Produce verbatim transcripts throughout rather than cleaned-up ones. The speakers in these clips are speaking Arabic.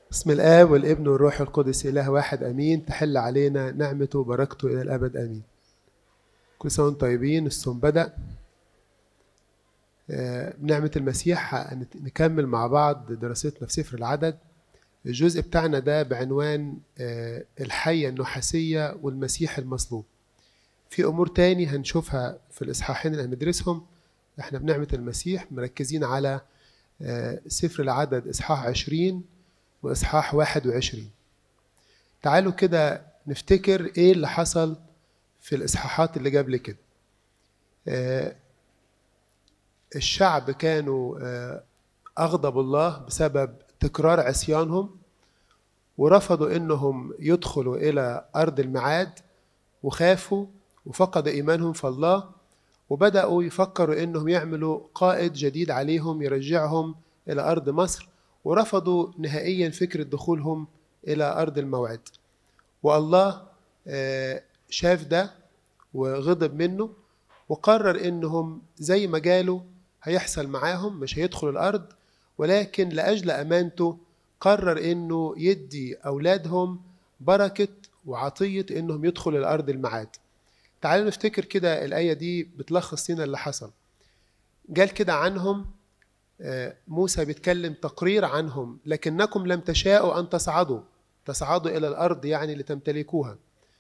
بسم الآب والابن والروح القدس إله واحد أمين. تحل علينا نعمته وبركته إلى الأبد أمين. كل سنة وانتم طيبين. الصوم بدأ بنعمة المسيح. نكمل مع بعض دراستنا في سفر العدد. الجزء بتاعنا ده بعنوان الحية النحاسية والمسيح المصلوب. في أمور تاني هنشوفها في الإصحاحين اللي هندرسهم. احنا بنعمة المسيح مركزين على سفر العدد إصحاح عشرين وإصحاح واحد وعشرين. تعالوا كده نفتكر إيه اللي حصل في الإصحاحات اللي قبل كده. آه الشعب كانوا آه أغضب الله بسبب تكرار عصيانهم، ورفضوا إنهم يدخلوا إلى أرض الميعاد، وخافوا وفقدوا إيمانهم في الله، وبدأوا يفكروا إنهم يعملوا قائد جديد عليهم يرجعهم إلى أرض مصر، ورفضوا نهائيا فكرة دخولهم إلى أرض الموعد. والله شاف ده وغضب منه، وقرر إنهم زي ما قالوا هيحصل معاهم، مش هيدخلوا الأرض، ولكن لأجل أمانته قرر إنه يدي أولادهم بركة وعطية إنهم يدخلوا الأرض الميعاد. تعالوا نفتكر كده الآية دي بتلخص لنا اللي حصل. قال كده عنهم موسى بيتكلم تقرير عنهم: لكنكم لم تشاءوا أن تصعدوا تصعدوا إلى الأرض، يعني لتمتلكوها،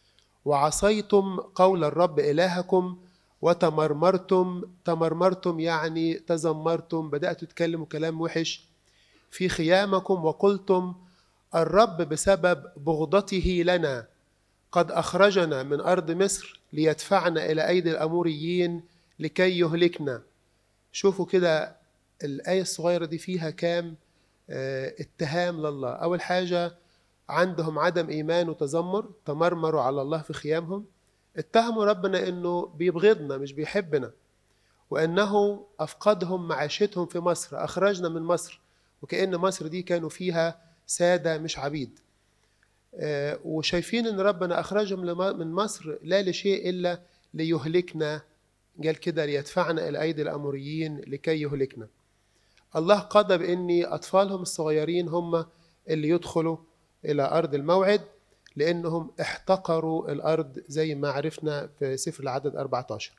وعصيتم قول الرب إلهكم وتمرمرتم. تمرمرتم يعني تذمرتم، بدأتوا تتكلموا كلام وحش في خيامكم، وقلتم الرب بسبب بغضته لنا قد أخرجنا من أرض مصر ليدفعنا إلى أيدي الأموريين لكي يهلكنا. شوفوا كده الآية الصغيرة دي فيها كام اه اتهام لله. أول حاجة عندهم عدم إيمان وتذمر، تمرمروا على الله في خيامهم، اتهموا ربنا إنه بيبغضنا مش بيحبنا، وأنه أفقدهم معاشتهم في مصر، أخرجنا من مصر، وكأن مصر دي كانوا فيها سادة مش عبيد. اه وشايفين إن ربنا أخرجهم من مصر لا لشيء إلا ليهلكنا. قال كده ليدفعنا إلى أيدي الأموريين لكي يهلكنا. الله قضى بإن أطفالهم الصغيرين هم اللي يدخلوا إلى أرض الموعد، لأنهم احتقروا الأرض زي ما عرفنا في سفر العدد أربعة عشر.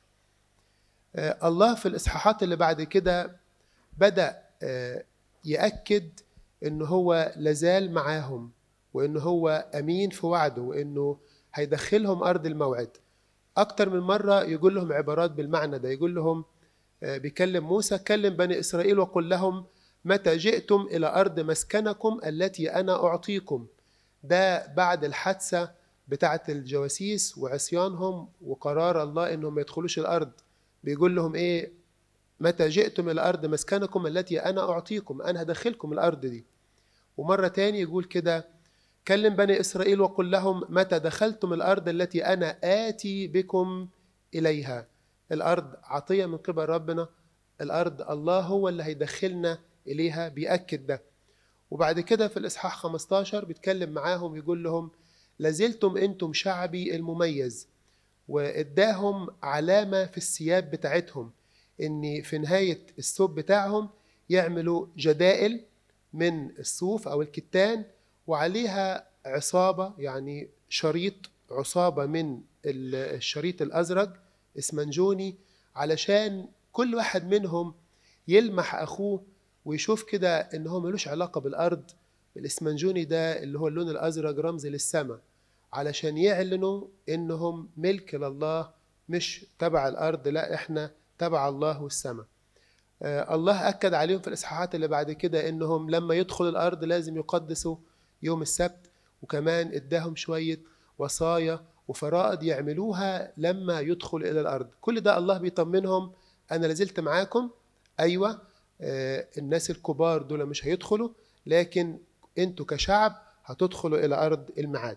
آه الله في الإصحاحات اللي بعد كده بدأ آه يأكد إنه هو لازال معاهم، وإنه هو أمين في وعده، وإنه هيدخلهم أرض الموعد. أكتر من مرة يقول لهم عبارات بالمعنى ده. يقول لهم آه بيكلم موسى: كلم بني إسرائيل وقل لهم متى جئتم إلى أرض مسكنكم التي أنا أعطيكم. ده بعد الحادثة بتاعة الجواسيس وعصيانهم وقرار الله إنهم ما يدخلوش الأرض. بيقول لهم إيه؟ متى جئتم إلى أرض مسكنكم التي أنا أعطيكم، أنا هدخلكم الأرض دي. ومرة تاني يقول كده: كلم بني إسرائيل وقل لهم متى دخلتم الأرض التي أنا آتي بكم إليها. الأرض عطية من قبل ربنا، الأرض الله هو اللي هيدخلنا إليها، بيأكد ده. وبعد كده في الإصحاح خمسة عشر بيتكلم معاهم يقول لهم: لازلتم أنتم شعبي المميز، وإداهم علامة في الثياب بتاعتهم، إن في نهاية الثوب بتاعهم يعملوا جدائل من الصوف أو الكتان، وعليها عصابة، يعني شريط عصابة من الشريط الأزرق اسمنجوني، علشان كل واحد منهم يلمح أخوه ويشوف كده إن هو ملوش علاقة بالأرض. الإسمنجوني ده اللي هو اللون الأزرق رمز للسماء، علشان يعلنوا إنهم ملك لله، مش تبع الأرض، لا إحنا تبع الله والسماء. آه الله أكد عليهم في الإصحاحات اللي بعد كده إنهم لما يدخلوا الأرض لازم يقدسوا يوم السبت، وكمان إداهم شوية وصايا وفرائض يعملوها لما يدخل إلى الأرض. كل ده الله بيطمنهم: أنا لازلت معاكم. أيوة آه الناس الكبار دول مش هيدخلوا، لكن أنتوا كشعب هتدخلوا إلى أرض الميعاد.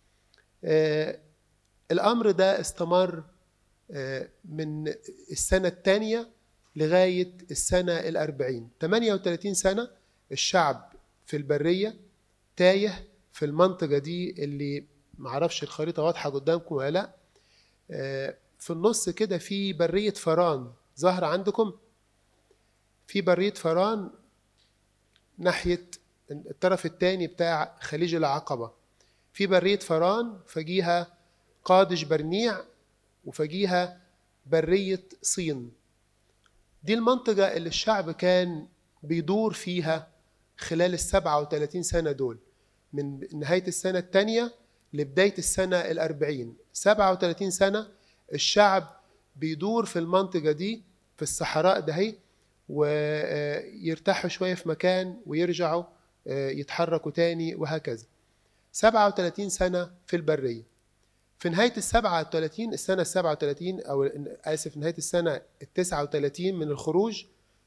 آه الأمر ده استمر آه من السنة الثانية لغاية السنة الأربعين، ثمانية وثلاثين سنة الشعب في البرية تايه في المنطقة دي اللي معرفش الخريطة واضحة قدامكم ولا لا. في النص كده في برية فران ظهر عندكم، في برية فران ناحية الطرف الثاني بتاع خليج العقبة، في برية فران، فجيها قادش برنيع، وفجيها برية صين. دي المنطقة اللي الشعب كان بيدور فيها خلال السبعة وثلاثين سنة دول، من نهاية السنة الثانية لبداية السنة الأربعين. سبعة وثلاثين سنة الشعب بيدور في المنطقة دي في الصحراء دهي، ويرتاحوا شوية في مكان ويرجعوا يتحركوا تاني وهكذا. سبعة وثلاثين سنة في البرية. في نهاية السبعة وثلاثين السنة السبعة وثلاثين أو آسف نهاية السنة التسعة وثلاثين من الخروج،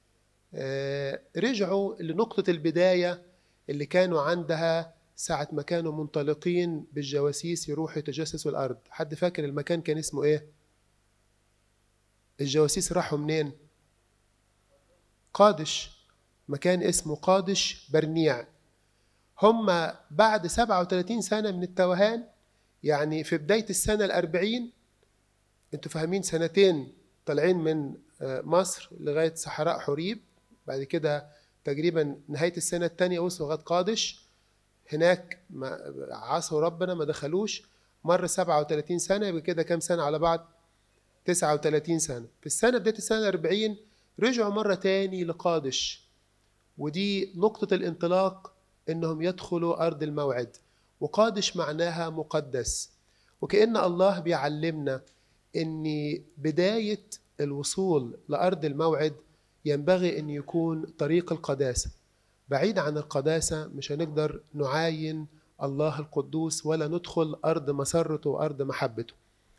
رجعوا لنقطة البداية اللي كانوا عندها ساعة ما كانوا منطلقين بالجواسيس يروحوا يتجسسوا الأرض. حد فاكر المكان كان اسمه إيه؟ الجواسيس راحوا منين؟ قادش، مكان اسمه قادش برنيع. هم بعد سبعة وثلاثين سنة من التوهان، يعني في بداية السنة الأربعين، انتوا فاهمين، سنتين طالعين من مصر لغاية صحراء حوريب، بعد كده تقريبا نهاية السنة الثانية وصلوا لغاية قادش، هناك ما عصوا ربنا ما دخلوش. مر سبعة وثلاثين سنة، يبقى كده كام سنة على بعض؟ تسعة وثلاثين سنة. في السنة بداية السنة الأربعين رجعوا مرة تاني لقادش، ودي نقطة الانطلاق إنهم يدخلوا أرض الموعد. وقادش معناها مقدس، وكأن الله بيعلمنا إن بداية الوصول لأرض الموعد ينبغي أن يكون طريق القداسة. بعيد عن القداسة مش هنقدر نعاين الله القدوس ولا ندخل أرض مسرته وأرض محبته.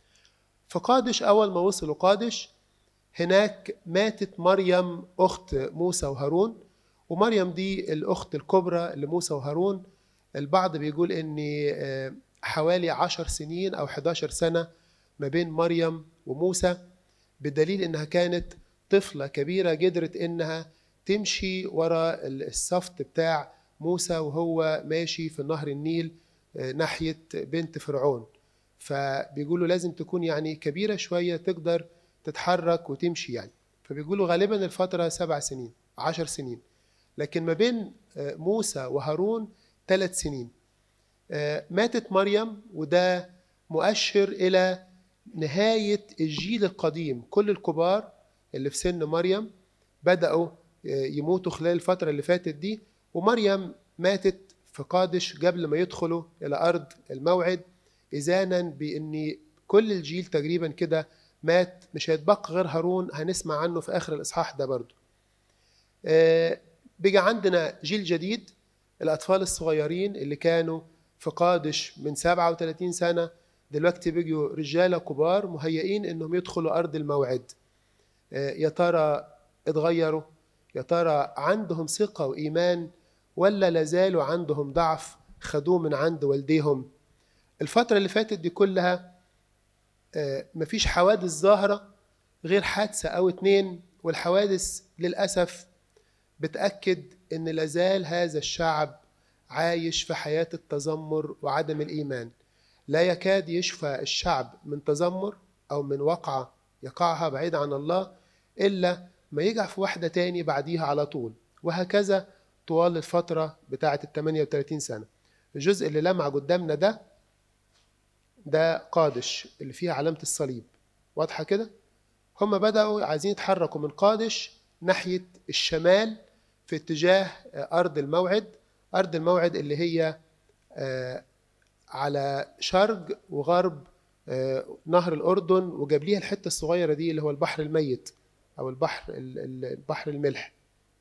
فقادش أول ما وصلوا قادش، هناك ماتت مريم أخت موسى وهارون، ومريم دي الأخت الكبرى لموسى وهارون. البعض بيقول إن حوالي عشر سنين أو حداشر سنة ما بين مريم وموسى، بدليل إنها كانت طفلة كبيرة قدرت إنها تمشي وراء الصفت بتاع موسى وهو ماشي في نهر النيل ناحية بنت فرعون. فبيقولوا لازم تكون يعني كبيرة شوية تقدر تتحرك وتمشي يعني. فبيقولوا غالبا الفترة سبع سنين عشر سنين، لكن ما بين موسى وهارون ثلاث سنين. ماتت مريم، وده مؤشر إلى نهاية الجيل القديم. كل الكبار اللي في سن مريم بدأوا يموتوا خلال الفترة اللي فاتت دي، ومريم ماتت في قادش قبل ما يدخلوا إلى أرض الموعد، إذانا بأن كل الجيل تقريبا كده مات، مش هيتبقى غير هارون، هنسمع عنه في آخر الإصحاح ده برضو. بقى عندنا جيل جديد، الأطفال الصغيرين اللي كانوا في قادش من سبعة وثلاثين سنة دلوقتي بقوا رجالة كبار مهيئين إنهم يدخلوا أرض الموعد. يا ترى اتغيروا؟ يا ترى عندهم ثقة وإيمان ولا لازالوا عندهم ضعف خدوه من عند والديهم؟ الفترة اللي فاتت دي كلها مفيش حوادث ظاهرة غير حادثة أو اتنين، والحوادث للأسف بتأكد إن لازال هذا الشعب عايش في حياة التذمر وعدم الإيمان. لا يكاد يشفى الشعب من تذمر أو من وقعة يقعها بعيد عن الله إلا ما يقع في واحدة تاني بعديها على طول، وهكذا طوال الفترة بتاعة الثمانية وثلاثين سنة. الجزء اللي لمع قدامنا ده ده قادش اللي فيها علامة الصليب، واضحة كده؟ هم بدأوا عايزين يتحركوا من قادش ناحية الشمال في اتجاه أرض الموعد. أرض الموعد اللي هي على شرق وغرب نهر الأردن، وجابليها الحتة الصغيرة دي اللي هو البحر الميت أو البحر البحر الملح.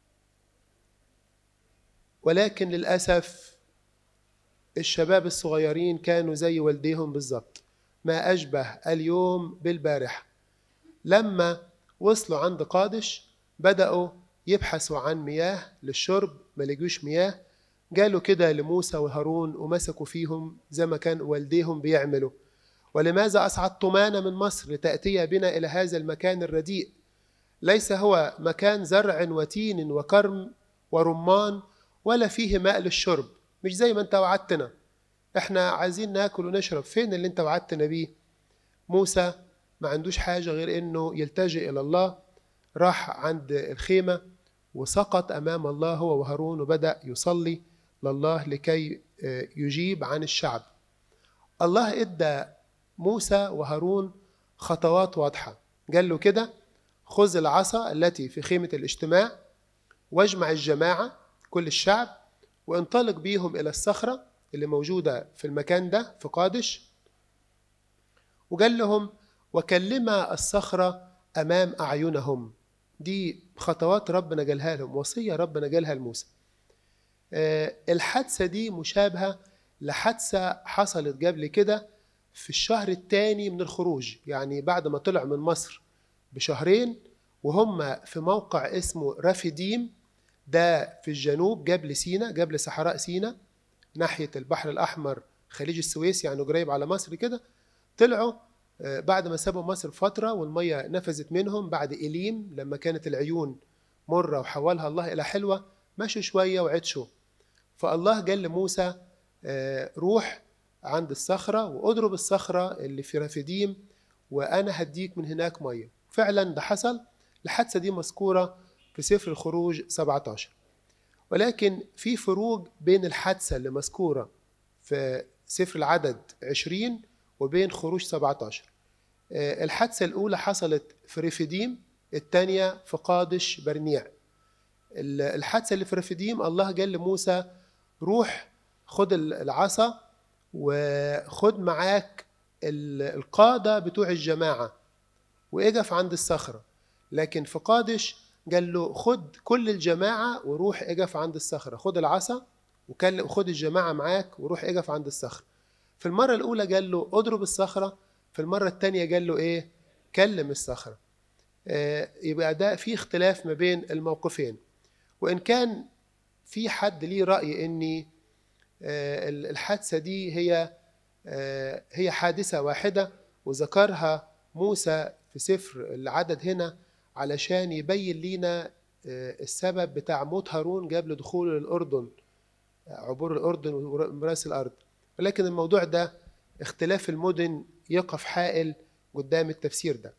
ولكن للأسف الشباب الصغيرين كانوا زي والديهم بالضبط، ما أشبه اليوم بالبارحة. لما وصلوا عند قادش بدأوا يبحثوا عن مياه للشرب، ما لقوش مياه. قالوا كده لموسى وهارون ومسكوا فيهم زي ما كان والديهم بيعملوا: ولماذا أصعدتمانا من مصر لتأتي بنا إلى هذا المكان الرديء؟ ليس هو مكان زرع وتين وكرم ورمان ولا فيه ماء للشرب. مش زي ما انت وعدتنا، احنا عايزين ناكل ونشرب، فين اللي انت وعدتنا بيه؟ موسى ما عندوش حاجة غير انه يلتجئ الى الله. راح عند الخيمة وسقط امام الله هو وهارون وبدأ يصلي. لله لكي يجيب عن الشعب. الله ادى موسى وهارون خطوات واضحة. قال له كده: خذ العصا التي في خيمة الاجتماع واجمع الجماعة كل الشعب وانطلق بيهم إلى الصخرة اللي موجودة في المكان ده في قادش. وقال لهم: وكلما الصخرة أمام أعينهم. دي خطوات ربنا قالها لهم، وصية ربنا قالها لموسى. أه الحادثة دي مشابهة لحادثة حصلت قبل كده في الشهر الثاني من الخروج، يعني بعد ما طلع من مصر بشهرين وهم في موقع اسمه رافديم، ده في الجنوب قبل سينا، قبل صحراء سينا ناحية البحر الأحمر خليج السويس، يعني قريب على مصر كده. طلعوا بعد ما سابوا مصر فترة والمية نفذت منهم، بعد إليم لما كانت العيون مرة وحولها الله إلى حلوة، مشوا شوية وعطشوا. فالله قال لموسى: روح عند الصخرة واضرب الصخرة اللي في رافديم وأنا هديك من هناك مية. فعلا ده حصل. الحادثة دي مذكورة في سفر الخروج سبعة عشر، ولكن في فروق بين الحادثة اللي مذكورة في سفر العدد عشرين وبين خروج سبعة عشر. الحادثة الأولى حصلت في رفديم، الثانية في قادش برنيع. الحادثة اللي في رفديم الله قال لموسى: روح خد العصا وخد معاك القادة بتوع الجماعة واقف عند الصخرة. لكن في قادش قال له: خد كل الجماعة وروح اقف عند الصخرة، خد العصا وخد الجماعة معاك وروح اقف عند الصخرة. في المرة الأولى قال له اضرب الصخرة، في المرة الثانية قال له ايه؟ كلم الصخرة. آه يبقى ده في اختلاف ما بين الموقفين. وإن كان في حد ليه رأي إن آه الحادثة دي هي آه هي حادثة واحدة وذكرها موسى في سفر العدد هنا علشان يبين لنا آه السبب بتاع موت هارون قبل دخوله للأردن، عبور الأردن ومراس الأرض. ولكن الموضوع ده اختلاف المدن يقف حائل قدام التفسير ده.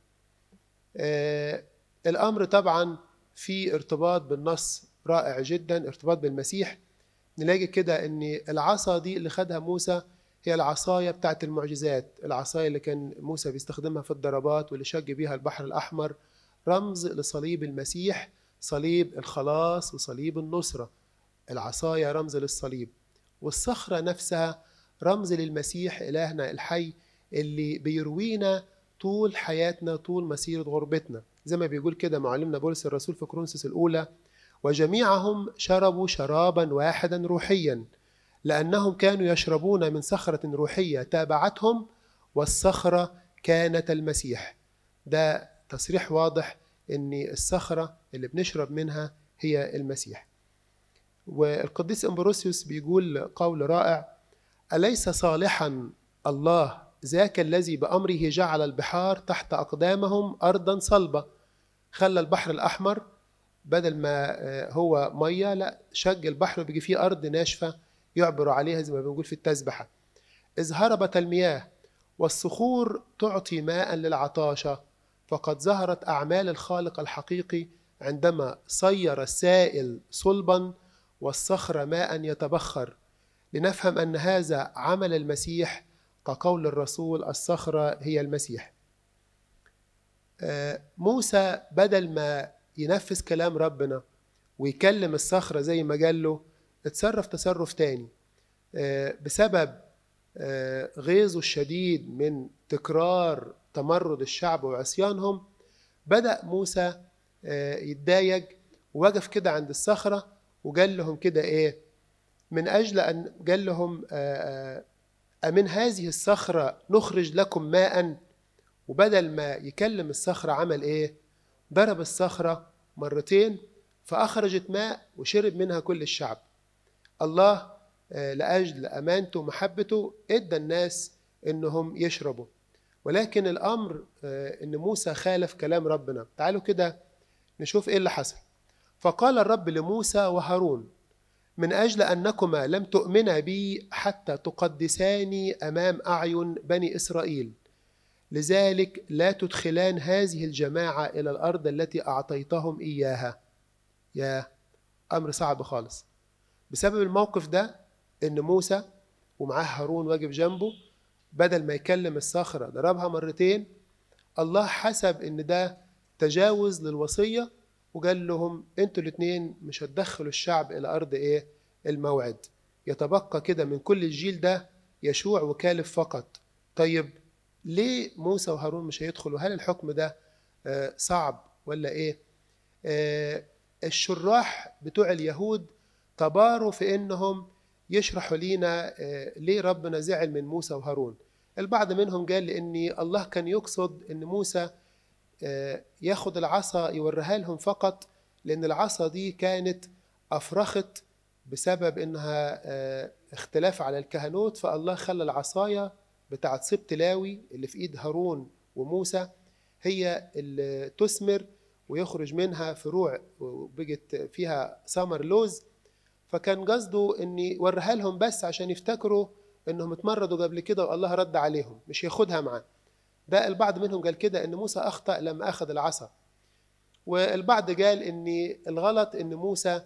آه الأمر طبعا في ارتباط بالنص رائع جدا، ارتباط بالمسيح. نلاقي كده ان العصا دي اللي خدها موسى هي العصاية بتاعت المعجزات، العصاية اللي كان موسى بيستخدمها في الضربات واللي شق بيها البحر الأحمر، رمز لصليب المسيح، صليب الخلاص وصليب النصرة. العصاية رمز للصليب، والصخرة نفسها رمز للمسيح إلهنا الحي اللي بيروينا طول حياتنا، طول مسيرة غربتنا. زي ما بيقول كده معلمنا بولس الرسول في كورنثوس الأولى: وجميعهم شربوا شرابا واحدا روحيا لأنهم كانوا يشربون من صخرة روحية تابعتهم والصخرة كانت المسيح. ده تصريح واضح أن الصخرة اللي بنشرب منها هي المسيح. والقديس أمبروسيوس بيقول قول رائع: أليس صالحا الله ذاك الذي بأمره جعل البحار تحت أقدامهم أرضا صلبة؟ خلى البحر الأحمر بدل ما هو مية، لا، شق البحر بيجي فيه أرض ناشفة يعبروا عليها زي ما بنقول في التسبحة. إذ هربت المياه والصخور تعطي ماء للعطاشة، فقد ظهرت أعمال الخالق الحقيقي عندما صير السائل صلبا والصخر ماء يتبخر، لنفهم أن هذا عمل المسيح كقول الرسول: الصخرة هي المسيح. موسى بدل ما ينفذ كلام ربنا ويكلم الصخرة زي ما قال له، اتصرف تصرف تاني بسبب غيظه الشديد من تكرار تمرد الشعب وعصيانهم. بدأ موسى يتضايق ووقف كده عند الصخرة وقال لهم كده ايه؟ من أجل أن قال لهم أمن هذه الصخرة نخرج لكم ماء. وبدل ما يكلم الصخرة عمل ايه؟ ضرب الصخرة مرتين فأخرجت ماء وشرب منها كل الشعب. الله لأجل أمانته ومحبته ادى الناس إنهم يشربوا، ولكن الأمر إن موسى خالف كلام ربنا. تعالوا كده نشوف إيه اللي حصل. فقال الرب لموسى وهارون: من أجل أنكما لم تؤمنا بي حتى تقدساني أمام أعين بني إسرائيل، لذلك لا تدخلان هذه الجماعة إلى الأرض التي أعطيتهم إياها. يا أمر صعب خالص. بسبب الموقف ده إن موسى ومعاه هارون واقف جنبه، بدل ما يكلم الصخرة ضربها مرتين. الله حسب إن ده تجاوز للوصية، وقال لهم انتوا الاثنين مش هتدخلوا الشعب إلى أرض إيه الموعد، يتبقى كده من كل الجيل ده يشوع وكالب فقط. طيب ليه موسى وهارون مش هيدخلوا؟ هل الحكم ده آه صعب ولا إيه؟ آه الشراح بتوع اليهود تباروا في إنهم يشرحوا لينا آه ليه ربنا زعل من موسى وهارون. البعض منهم قال لأن الله كان يقصد أن موسى آه ياخد العصا يوريها لهم فقط، لأن العصا دي كانت أفرخت بسبب إنها آه اختلاف على الكهنوت، فالله خلى العصاية بتاعت سبط لاوي اللي في إيد هارون وموسى هي اللي تثمر ويخرج منها فروع وبقت فيها ثمر لوز. فكان قصده ان يوريها لهم بس عشان يفتكروا انهم اتمردوا قبل كده والله رد عليهم، مش ياخدها معاه. ده البعض منهم قال كده ان موسى اخطأ لما اخذ العصا، والبعض قال ان الغلط ان موسى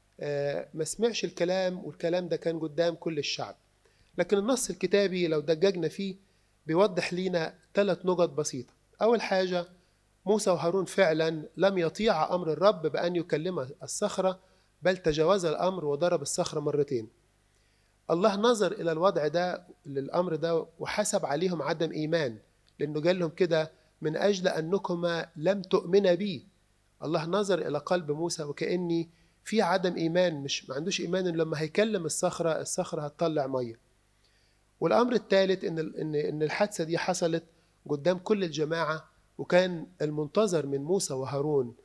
ما سمعش الكلام، والكلام ده كان قدام كل الشعب. لكن النص الكتابي لو دققنا فيه بيوضح لنا ثلاث نقط بسيطة. أول حاجة، موسى وهارون فعلا لم يطيع أمر الرب بأن يكلم الصخرة، بل تجاوز الأمر وضرب الصخرة مرتين. الله نظر إلى الوضع ده للأمر ده وحسب عليهم عدم إيمان، لأنه قال لهم كده من أجل أنكما لم تؤمن بي. الله نظر إلى قلب موسى وكأني في عدم إيمان، مش ما عندوش إيمان إن لما هيكلم الصخرة الصخرة هتطلع مية. والأمر الثالث إن إن إن الحادثة دي حصلت قدام كل الجماعة، وكان المنتظر من موسى وهارون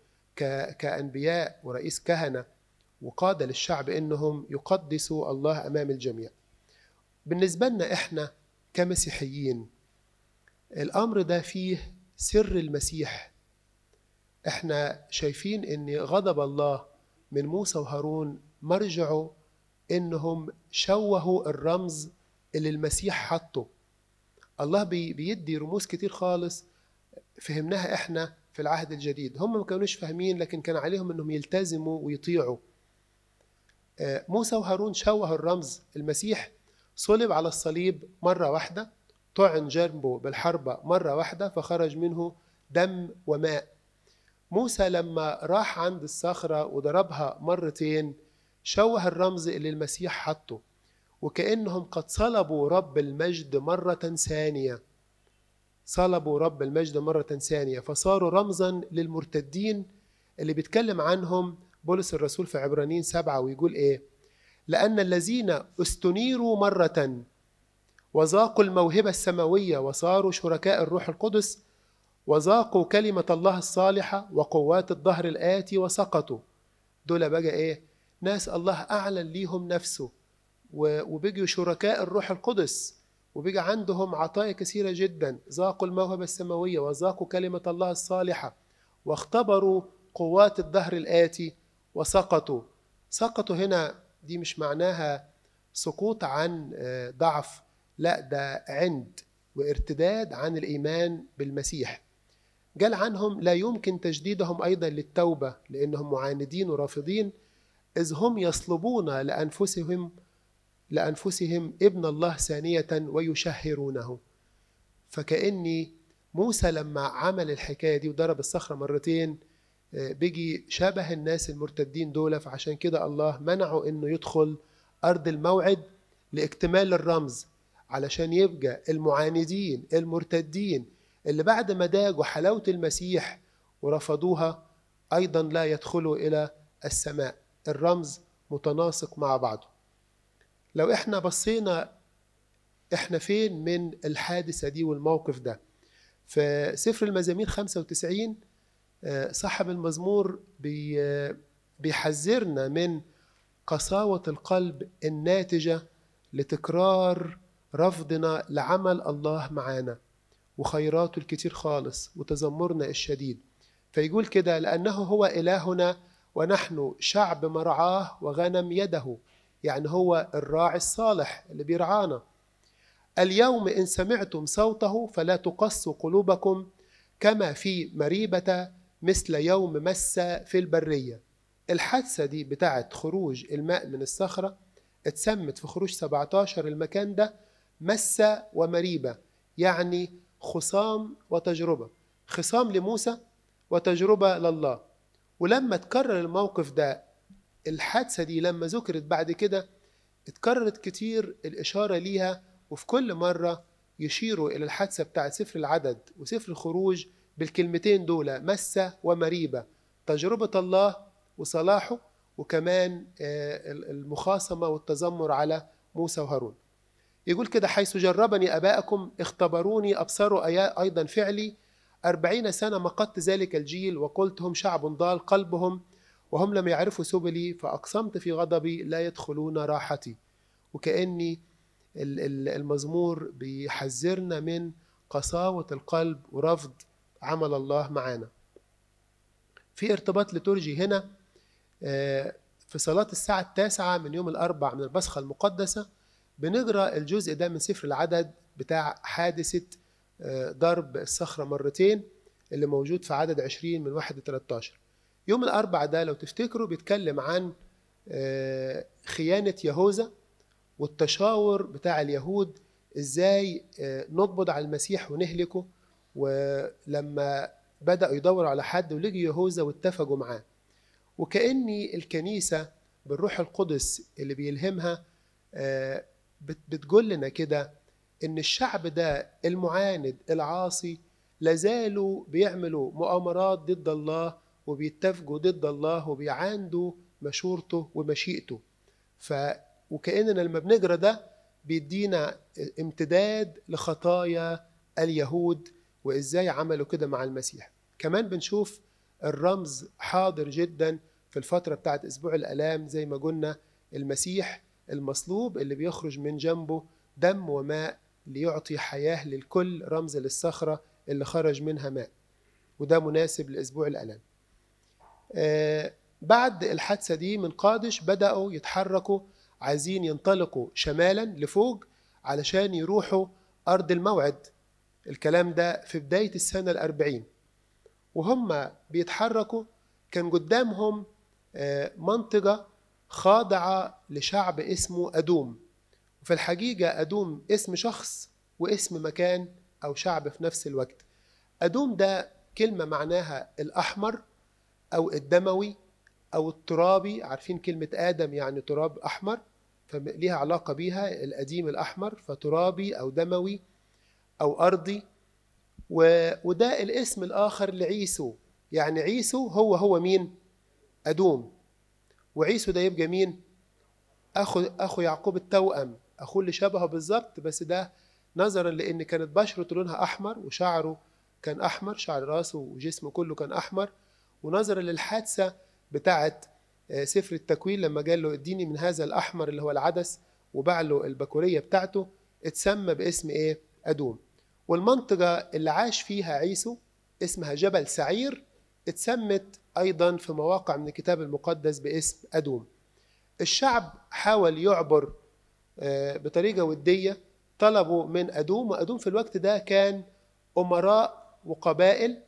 كأنبياء ورئيس كهنة وقادة للشعب إنهم يقدسوا الله أمام الجميع. بالنسبة لنا إحنا كمسيحيين الأمر ده فيه سر المسيح. إحنا شايفين إن غضب الله من موسى وهارون مرجعوا إنهم شوهوا الرمز اللي المسيح حطه. الله بيدي رموز كتير خالص فهمناها إحنا في العهد الجديد، هم ما كانوش فاهمين لكن كان عليهم إنهم يلتزموا ويطيعوا. موسى وهارون شوهوا الرمز. المسيح صلب على الصليب مرة واحدة، طعن جنبه بالحربة مرة واحدة فخرج منه دم وماء. موسى لما راح عند الصخرة وضربها مرتين شوه الرمز اللي المسيح حطه، وكأنهم قد صلبوا رب المجد مرة ثانية، صلبوا رب المجد مرة ثانية فصاروا رمزا للمرتدين اللي بيتكلم عنهم بولس الرسول في عبرانيين سبعة ويقول إيه؟ لأن الذين استنيروا مرة وذاقوا الموهبة السماوية وصاروا شركاء الروح القدس وذاقوا كلمة الله الصالحة وقوات الظهر الآتي وسقطوا. دول بقى إيه؟ ناس الله أعلن ليهم نفسه وبقوا شركاء الروح القدس وبقى عندهم عطايا كثيرة جدا، ذاقوا الموهبة السماوية وذاقوا كلمة الله الصالحة واختبروا قوات الظهر الآتي وسقطوا. سقطوا هنا دي مش معناها سقوط عن ضعف، لا ده عند وارتداد عن الإيمان بالمسيح. قال عنهم لا يمكن تجديدهم أيضا للتوبة لأنهم معاندين ورافضين، إذ هم يصلبون لأنفسهم لأنفسهم ابن الله ثانية ويشهرونه. فكأني موسى لما عمل الحكاية دي وضرب الصخرة مرتين بيجي شبه الناس المرتدين دول، فعشان كده الله منعه إنه يدخل أرض الموعد لاكتمال الرمز، علشان يبقى المعاندين المرتدين اللي بعد ما داقوا حلاوة المسيح ورفضوها أيضا لا يدخلوا إلى السماء. الرمز متناسق مع بعضه. لو احنا بصينا احنا فين من الحادثة دي والموقف ده، في سفر المزامير خمسة وتسعين صاحب المزمور بيحذرنا من قساوة القلب الناتجة لتكرار رفضنا لعمل الله معانا وخيراته الكتير خالص وتذمرنا الشديد. فيقول كده لأنه هو إلهنا ونحن شعب مرعاه وغنم يده، يعني هو الراعي الصالح اللي بيرعانا. اليوم إن سمعتم صوته فلا تقسوا قلوبكم كما في مريبة مثل يوم مس في البرية. الحادثة دي بتاعت خروج الماء من الصخرة اتسمت في خروج سبعتاشر المكان ده مسة ومريبة، يعني خصام وتجربة، خصام لموسى وتجربة لله. ولما تكرر الموقف ده، الحادثة دي لما ذكرت بعد كده اتكررت كتير الإشارة ليها، وفي كل مرة يشيروا إلى الحادثة بتاعت سفر العدد وسفر الخروج بالكلمتين دول، مسة ومريبة، تجربة الله وصلاحه، وكمان المخاصمة والتذمر على موسى وهارون. يقول كده: حيث جربني أباءكم اختبروني أبصروا أيضا فعلي أربعين سنة مقت ذلك الجيل، وقلت هم شعب ضال قلبهم وهم لم يعرفوا سبلي، فأقسمت في غضبي لا يدخلون راحتي. وكأني المزمور بيحذرنا من قساوة القلب ورفض عمل الله معانا. في ارتباط ليتورجي هنا في صلاة الساعة التاسعة من يوم الأربع من البصخة المقدسة بنقرأ الجزء ده من سفر العدد بتاع حادثة ضرب الصخرة مرتين اللي موجود في عدد عشرين من واحد لثلاثة عشر. يوم الأربع ده لو تفتكروا بيتكلم عن خيانة يهوذا والتشاور بتاع اليهود ازاي نقبض على المسيح ونهلكه، ولما بدأوا يدوروا على حد ولقوا يهوذا واتفقوا معاه. وكأني الكنيسة بالروح القدس اللي بيلهمها بتقول لنا كده إن الشعب ده المعاند العاصي لازالوا بيعملوا مؤامرات ضد الله وبيتفقوا ضد الله وبيعاندوا مشورته ومشيئته. ف وكأننا لما بنقرأ ده بيدينا امتداد لخطايا اليهود وإزاي عملوا كده مع المسيح. كمان بنشوف الرمز حاضر جدا في الفترة بتاعت أسبوع الآلام، زي ما قلنا المسيح المصلوب اللي بيخرج من جنبه دم وماء ليعطي حياة للكل، رمز للصخرة اللي خرج منها ماء، وده مناسب لأسبوع الآلام. آه بعد الحادثة دي من قادش بدأوا يتحركوا، عايزين ينطلقوا شمالا لفوق علشان يروحوا أرض الموعد. الكلام ده في بداية السنة الأربعين، وهم بيتحركوا كان قدامهم منطقة خاضعة لشعب اسمه أدوم. وفي الحقيقة أدوم اسم شخص واسم مكان أو شعب في نفس الوقت. أدوم ده كلمة معناها الأحمر أو الدموي أو الترابي. عارفين كلمة آدم يعني تراب أحمر، فليها علاقة بيها القديم الأحمر، فترابي أو دموي أو أرضي. وده الاسم الآخر لعيسو، يعني عيسو هو هو مين؟ أدوم. وعيسو ده يبقى مين؟ أخو, أخو يعقوب التوأم، أخوه اللي شبهه بالظبط، بس ده نظرا لأن كانت بشرته لونها أحمر وشعره كان أحمر، شعر راسه وجسمه كله كان أحمر، ونظرا للحادثة بتاعت سفر التكوين لما قال له اديني من هذا الأحمر اللي هو العدس وباع له البكورية بتاعته، اتسمى باسم إيه؟ أدوم. والمنطقة اللي عاش فيها عيسو اسمها جبل سعير، اتسمت أيضا في مواقع من الكتاب المقدس باسم أدوم. الشعب حاول يعبر بطريقة ودية، طلبوا من أدوم، وأدوم في الوقت ده كان أمراء وقبائل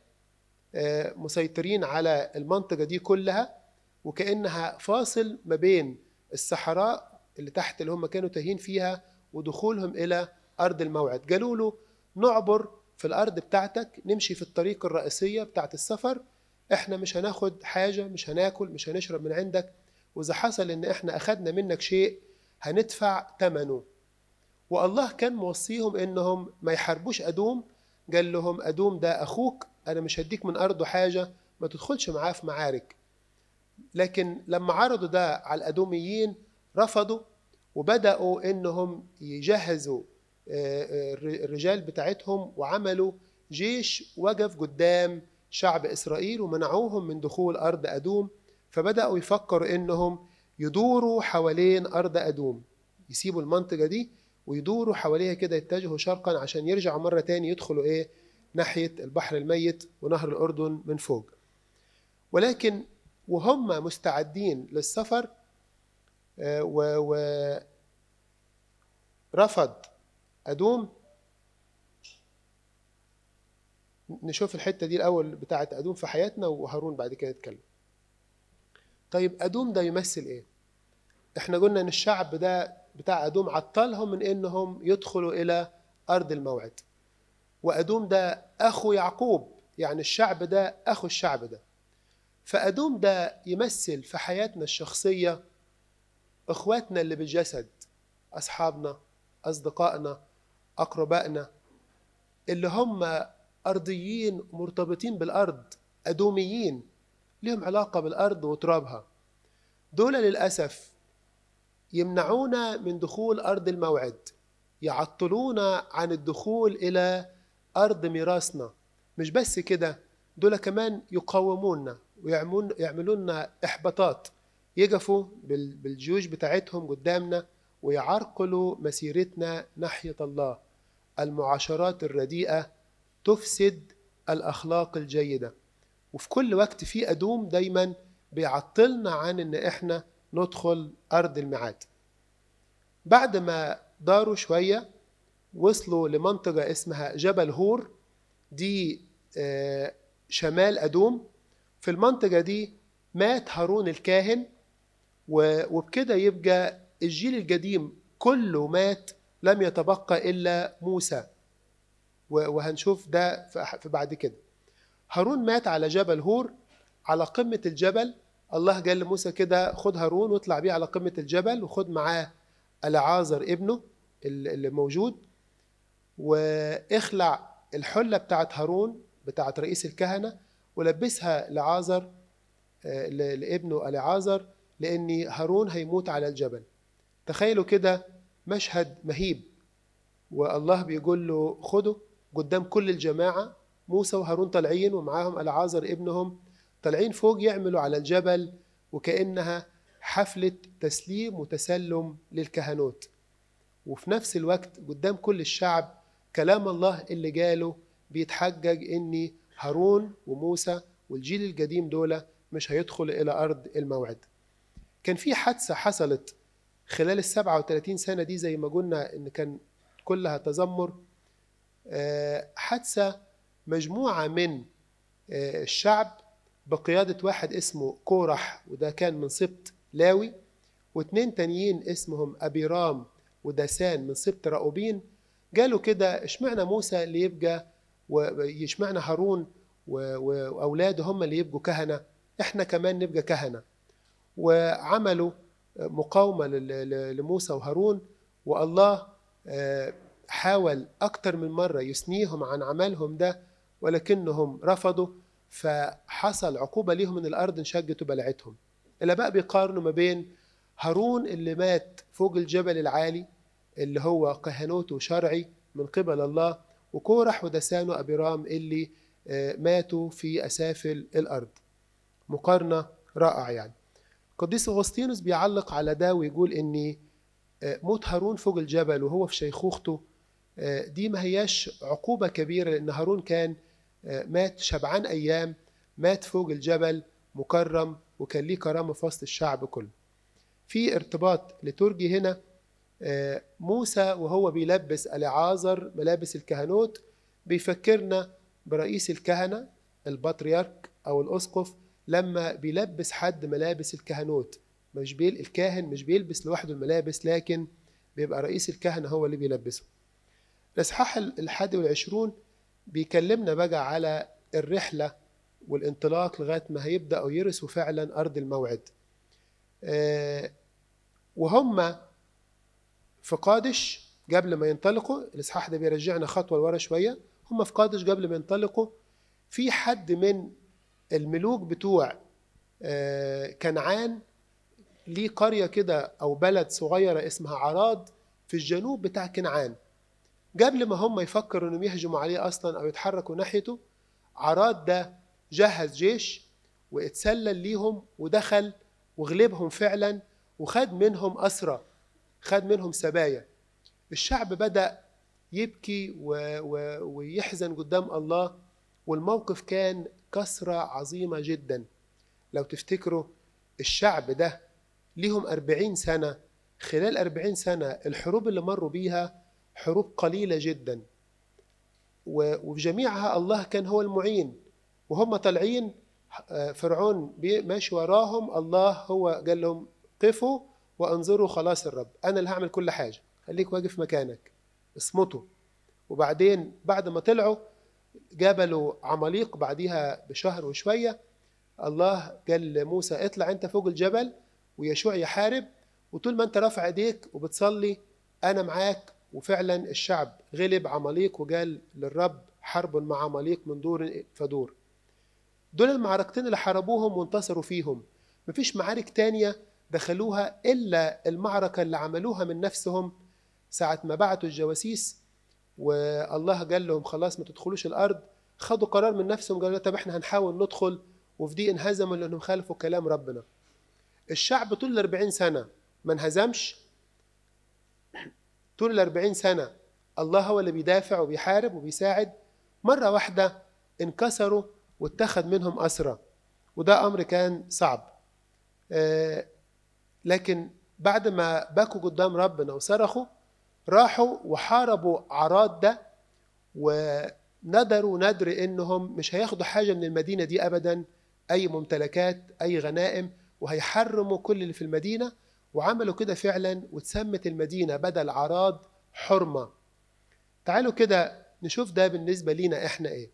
مسيطرين على المنطقة دي كلها، وكأنها فاصل ما بين الصحراء اللي تحت اللي هم كانوا تاهين فيها ودخولهم إلى أرض الموعد. قالوا له نعبر في الأرض بتاعتك، نمشي في الطريق الرئيسية بتاعت السفر، احنا مش هناخد حاجة، مش هناكل، مش هنشرب من عندك، وإذا حصل إن احنا أخدنا منك شيء هندفع ثمنه. والله كان موصيهم إنهم ما يحاربوش أدوم. قال لهم أدوم ده أخوك، أنا مش هديك من أرضه حاجة، ما تدخلش معاه في معارك. لكن لما عرضوا ده على الأدوميين رفضوا، وبدأوا إنهم يجهزوا الرجال بتاعتهم، وعملوا جيش وقف قدام شعب إسرائيل ومنعوهم من دخول أرض أدوم. فبدأوا يفكروا إنهم يدوروا حوالين أرض أدوم، يسيبوا المنطقة دي ويدوروا حواليها كده، يتجهوا شرقا عشان يرجعوا مرة تاني يدخلوا إيه ناحية البحر الميت ونهر الأردن من فوق. ولكن وهم مستعدين للسفر ورفض أدوم. نشوف الحتة دي الأول بتاعت أدوم في حياتنا، وهارون بعد كده يتكلم. طيب أدوم ده يمثل إيه؟ إحنا قلنا إن الشعب ده بتاع أدوم عطلهم من إنهم يدخلوا إلى أرض الموعد، وأدوم ده أخو يعقوب، يعني الشعب ده أخو الشعب ده. فأدوم ده يمثل في حياتنا الشخصية إخواتنا اللي بالجسد، أصحابنا، أصدقائنا، أقربائنا، اللي هم أرضيين مرتبطين بالأرض، أدوميين لهم علاقة بالأرض وترابها. دول للأسف يمنعونا من دخول أرض الموعد، يعطلونا عن الدخول إلى أرض ميراثنا. مش بس كده، دول كمان يقاومونا ويعملوا لنا إحباطات، يقفوا بالجيوش بتاعتهم قدامنا ويعرقلوا مسيرتنا ناحية الله. المعاشرات الرديئة تفسد الأخلاق الجيدة، وفي كل وقت في أدوم دايما بيعطلنا عن إن إحنا ندخل أرض الميعاد. بعد ما داروا شوية وصلوا لمنطقة اسمها جبل هور، دي شمال أدوم. في المنطقة دي مات هارون الكاهن، وبكده يبقى الجيل القديم كله مات، لم يتبقى إلا موسى، وهنشوف ده في بعد كده. هارون مات على جبل هور على قمة الجبل. الله قال لموسى كده خد هارون واطلع بيه على قمة الجبل، وخد معاه العازر ابنه اللي موجود، واخلع الحلة بتاعت هارون بتاعت رئيس الكهنة ولبسها لعازر لابنه العازر، لأن هارون هيموت على الجبل. تخيلوا كده مشهد مهيب، والله بيقول له خده قدام كل الجماعة. موسى وهارون طالعين ومعاهم العازر ابنهم، طالعين فوق يعملوا على الجبل وكأنها حفلة تسليم وتسلم للكهنوت. وفي نفس الوقت قدام كل الشعب كلام الله اللي قاله بيتحقق، إن هارون وموسى والجيل القديم دول مش هيدخلوا إلى أرض الموعد. كان في حادثة حصلت خلال السبعة وثلاثين سنة دي، زي ما قلنا إن كان كلها تذمر. حادثة مجموعة من الشعب بقيادة واحد اسمه كورح، وده كان من سبط لاوي، واثنين تانيين اسمهم أبيرام وداسان من سبط راؤوبين. قالوا كده اشمعنا موسى اللي يبقى، ويشمعنا هارون وأولاده هم اللي يبقوا كهنة، احنا كمان نبقى كهنة. وعملوا مقاومة لموسى وهارون، والله حاول أكتر من مرة يثنيهم عن عملهم ده، ولكنهم رفضوا، فحصل عقوبة ليهم من الأرض انشقت وبلعتهم. إلا بقى بيقارنوا ما بين هارون اللي مات فوق الجبل العالي اللي هو كهنوته شرعي من قبل الله، وكورح ودسان وأبيرام اللي ماتوا في أسافل الأرض. مقارنة رائعة يعني. قديس أغسطينوس بيعلق على ده ويقول إن موت هارون فوق الجبل وهو في شيخوخته دي ما هياش عقوبة كبيرة، لأن هارون كان مات شبعان أيام، مات فوق الجبل مكرم وكان ليه كرامة في وسط الشعب كله. في ارتباط لترجي هنا. موسى وهو بيلبس العازر ملابس الكهنوت بيفكرنا برئيس الكهنة البطريرك أو الأسقف لما بيلبس حد ملابس الكهنوت. مش بيل الكاهن مش بيلبس لوحده الملابس، لكن بيبقى رئيس الكهنة هو اللي بيلبسه. الإصحاح الحادي والعشرون بيكلمنا بقى على الرحلة والانطلاق لغاية ما هيبدأوا يرسوا فعلا أرض الموعد. وهم في قادش قبل ما ينطلقوا، الإصحاح ده بيرجعنا خطوة لورا شوية. هم في قادش قبل ما ينطلقوا، في حد من الملوك بتوع كنعان ليه قرية كده أو بلد صغيرة اسمها عراد في الجنوب بتاع كنعان. قبل ما هم يفكروا أنهم يهجموا عليه أصلا أو يتحركوا ناحيته، عراد ده جهز جيش واتسلل ليهم ودخل وغلبهم فعلا وخد منهم أسرى، خد منهم سبايا. الشعب بدأ يبكي ويحزن قدام الله، والموقف كان كسرة عظيمة جدا. لو تفتكروا الشعب ده ليهم أربعين سنة، خلال أربعين سنة الحروب اللي مروا بيها حروب قليلة جدا، وفي جميعها الله كان هو المعين. وهم طالعين فرعون ماشي وراهم، الله هو قال لهم قفوا وانظروا خلاص الرب، أنا اللي هعمل كل حاجة، خليك واقف مكانك اصمتوا. وبعدين بعد ما طلعوا جبلوا عماليق بعديها بشهر وشوية، الله قال لموسى اطلع انت فوق الجبل ويشوع يحارب، وطول ما انت رافع ايديك وبتصلي انا معاك. وفعلا الشعب غلب عماليق، وقال للرب حرب مع عماليق من دور فدور. دول المعركتين اللي حاربوهم وانتصروا فيهم. مفيش معارك تانية دخلوها إلا المعركة اللي عملوها من نفسهم ساعة ما بعتوا الجواسيس والله قال لهم خلاص ما تدخلوش الأرض. خدوا قرار من نفسهم، قالوا طب احنا هنحاول ندخل، وفي دي انهزموا لأنهم خالفوا كلام ربنا. الشعب طول الأربعين سنة ما انهزمش، طول الأربعين سنة الله هو اللي بيدافع وبيحارب وبيساعد. مرة واحدة انكسروا واتخذ منهم أسرى، وده أمر كان صعب. آه لكن بعد ما بكوا قدام ربنا وصرخوا راحوا وحاربوا عراد ده، وندروا ندر إنهم مش هياخدوا حاجة من المدينة دي أبدا، أي ممتلكات أي غنائم، وهيحرموا كل اللي في المدينة. وعملوا كده فعلا، وتسمت المدينة بدل عراد حرمة. تعالوا كده نشوف ده بالنسبة لينا إحنا إيه.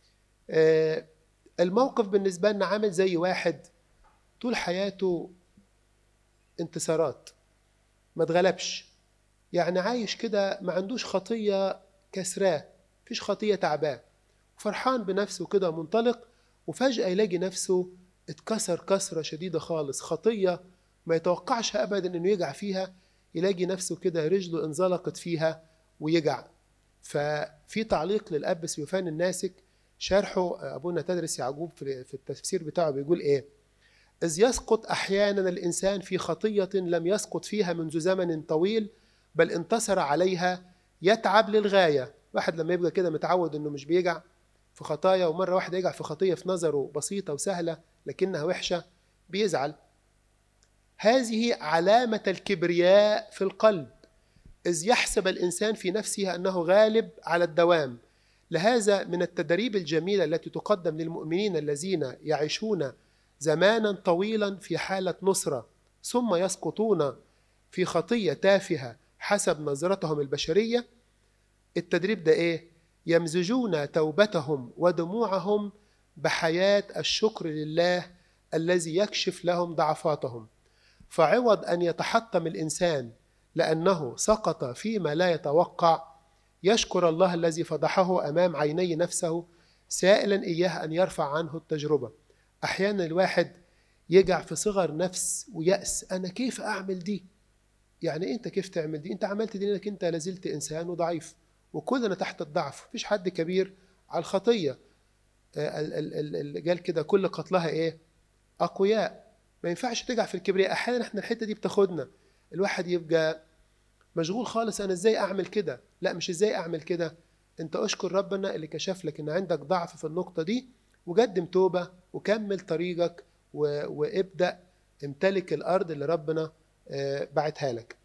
آه الموقف بالنسبة لنا عامل زي واحد طول حياته انتصارات، ما اتغلبش، يعني عايش كده ما عندوش خطية كسراه، فيش خطية تعباه، فرحان بنفسه كده منطلق، وفجأة يلاقي نفسه اتكسر كسرة شديدة خالص، خطية ما يتوقعش أبدا أنه يقع فيها، يلاقي نفسه كده رجله انزلقت فيها ويقع. ففي تعليق للأب سيوفان الناسك شرحه أبونا تدرس يعقوب في التفسير بتاعه بيقول إيه: إذ يسقط أحيانا الإنسان في خطية لم يسقط فيها منذ زمن طويل، بل انتصر عليها، يتعب للغاية. واحد لما يبقى كده متعود أنه مش بيقع في خطايا، ومرة واحدة يقع في خطية في نظره بسيطة وسهلة لكنها وحشة، بيزعل. هذه علامة الكبرياء في القلب، إذ يحسب الإنسان في نفسه أنه غالب على الدوام. لهذا من التدريب الجميلة التي تقدم للمؤمنين الذين يعيشون زمانا طويلا في حالة نصرة ثم يسقطون في خطية تافهة حسب نظرتهم البشرية. التدريب ده إيه؟ يمزجون توبتهم ودموعهم بحياة الشكر لله الذي يكشف لهم ضعفاتهم. فعوض أن يتحطم الإنسان لأنه سقط فيما لا يتوقع، يشكر الله الذي فضحه أمام عيني نفسه، سائلا إياه أن يرفع عنه التجربة. أحيانا الواحد يقع في صغر نفس ويأس، أنا كيف أعمل دي؟ يعني أنت كيف تعمل دي؟ أنت عملت دي لأنك أنت لازلت إنسان وضعيف، وكلنا تحت الضعف، مفيش حد كبير على الخطية. قال كده كل قتلها إيه؟ أقوياء. ما ينفعش تقع في الكبرياء. أحيانا إحنا الحتة دي بتاخدنا، الواحد يبقى مشغول خالص، أنا إزاي أعمل كده؟ لا، مش إزاي أعمل كده، أنت أشكر ربنا اللي كشف لك إن عندك ضعف في النقطة دي، وقدم توبة وكمل طريقك و... وابدأ امتلك الأرض اللي ربنا بعتها لك.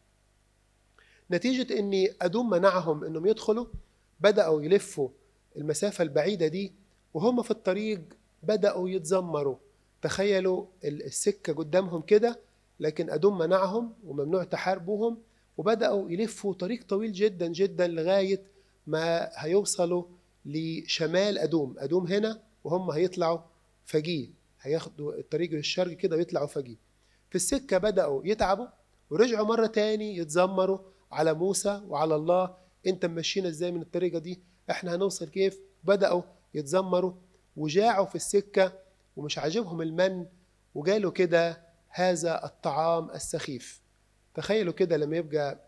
نتيجة أني أدوم منعهم أنهم يدخلوا، بدأوا يلفوا المسافة البعيدة دي، وهم في الطريق بدأوا يتذمروا. تخيلوا السكة قدامهم كده، لكن أدوم منعهم وممنوع تحاربوهم، وبدأوا يلفوا طريق طويل جدا جدا لغاية ما هيوصلوا لشمال أدوم. أدوم هنا وهم هيطلعوا فجيه، هياخدوا الطريق للشرق كده ويطلعوا فجيه. في السكة بدأوا يتعبوا، ورجعوا مرة تاني يتذمروا على موسى وعلى الله، انت ممشينا ازاي من الطريقة دي؟ احنا هنوصل كيف؟ بدأوا يتذمروا وجاعوا في السكة ومش عاجبهم المن، وقالوا كده هذا الطعام السخيف. تخيلوا كده لما يبقى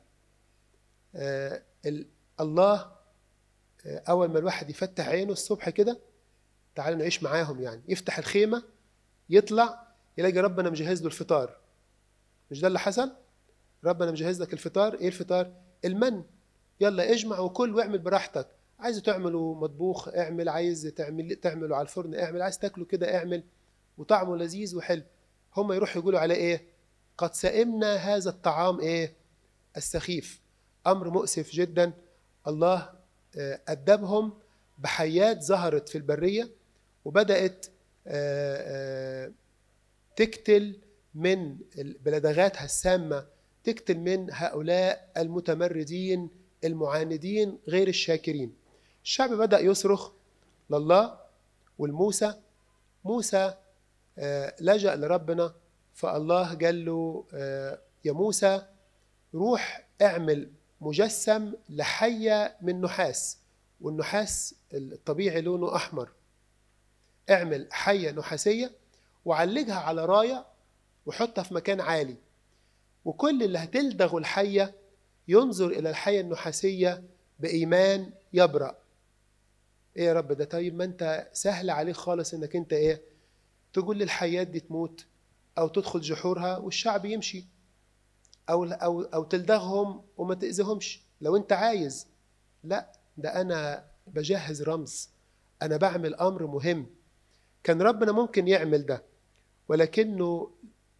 آه الله آه أول ما الواحد يفتح عينه الصبح كده، تعالوا نعيش معاهم، يعني يفتح الخيمة يطلع يلاقي ربنا مجهز له الفطار. مش ده اللي حصل؟ ربنا مجهز لك الفطار. ايه الفطار؟ المن. يلا اجمع وكل واعمل براحتك، عايز تعمله مطبوخ اعمل، عايز تعمل تعمله على الفرن اعمل، عايز تاكله كده اعمل، وطعمه لذيذ وحلو. هم يروحوا يقولوا على ايه؟ قد سئمنا هذا الطعام ايه؟ السخيف. امر مؤسف جدا. الله أدبهم بحيات ظهرت في البرية، وبدأت تقتل من بلدغاتها السامة، تقتل من هؤلاء المتمردين المعاندين غير الشاكرين. الشعب بدأ يصرخ لله والموسى. موسى لجأ لربنا، فالله قال له يا موسى روح اعمل مجسم لحية من نحاس، والنحاس الطبيعي لونه أحمر. اعمل حية نحاسية وعلقها على راية وحطها في مكان عالي، وكل اللي هتلدغ الحية ينظر إلى الحية النحاسية بإيمان يبرأ. إيه يا رب ده؟ طيب ما أنت سهل عليك خالص إنك أنت إيه تقول للحيات دي تموت أو تدخل جحورها والشعب يمشي، أو أو أو تلدغهم وما تأذيهمش لو أنت عايز. لا، ده أنا بجهز رمز، أنا بعمل أمر مهم. كان ربنا ممكن يعمل ده، ولكنه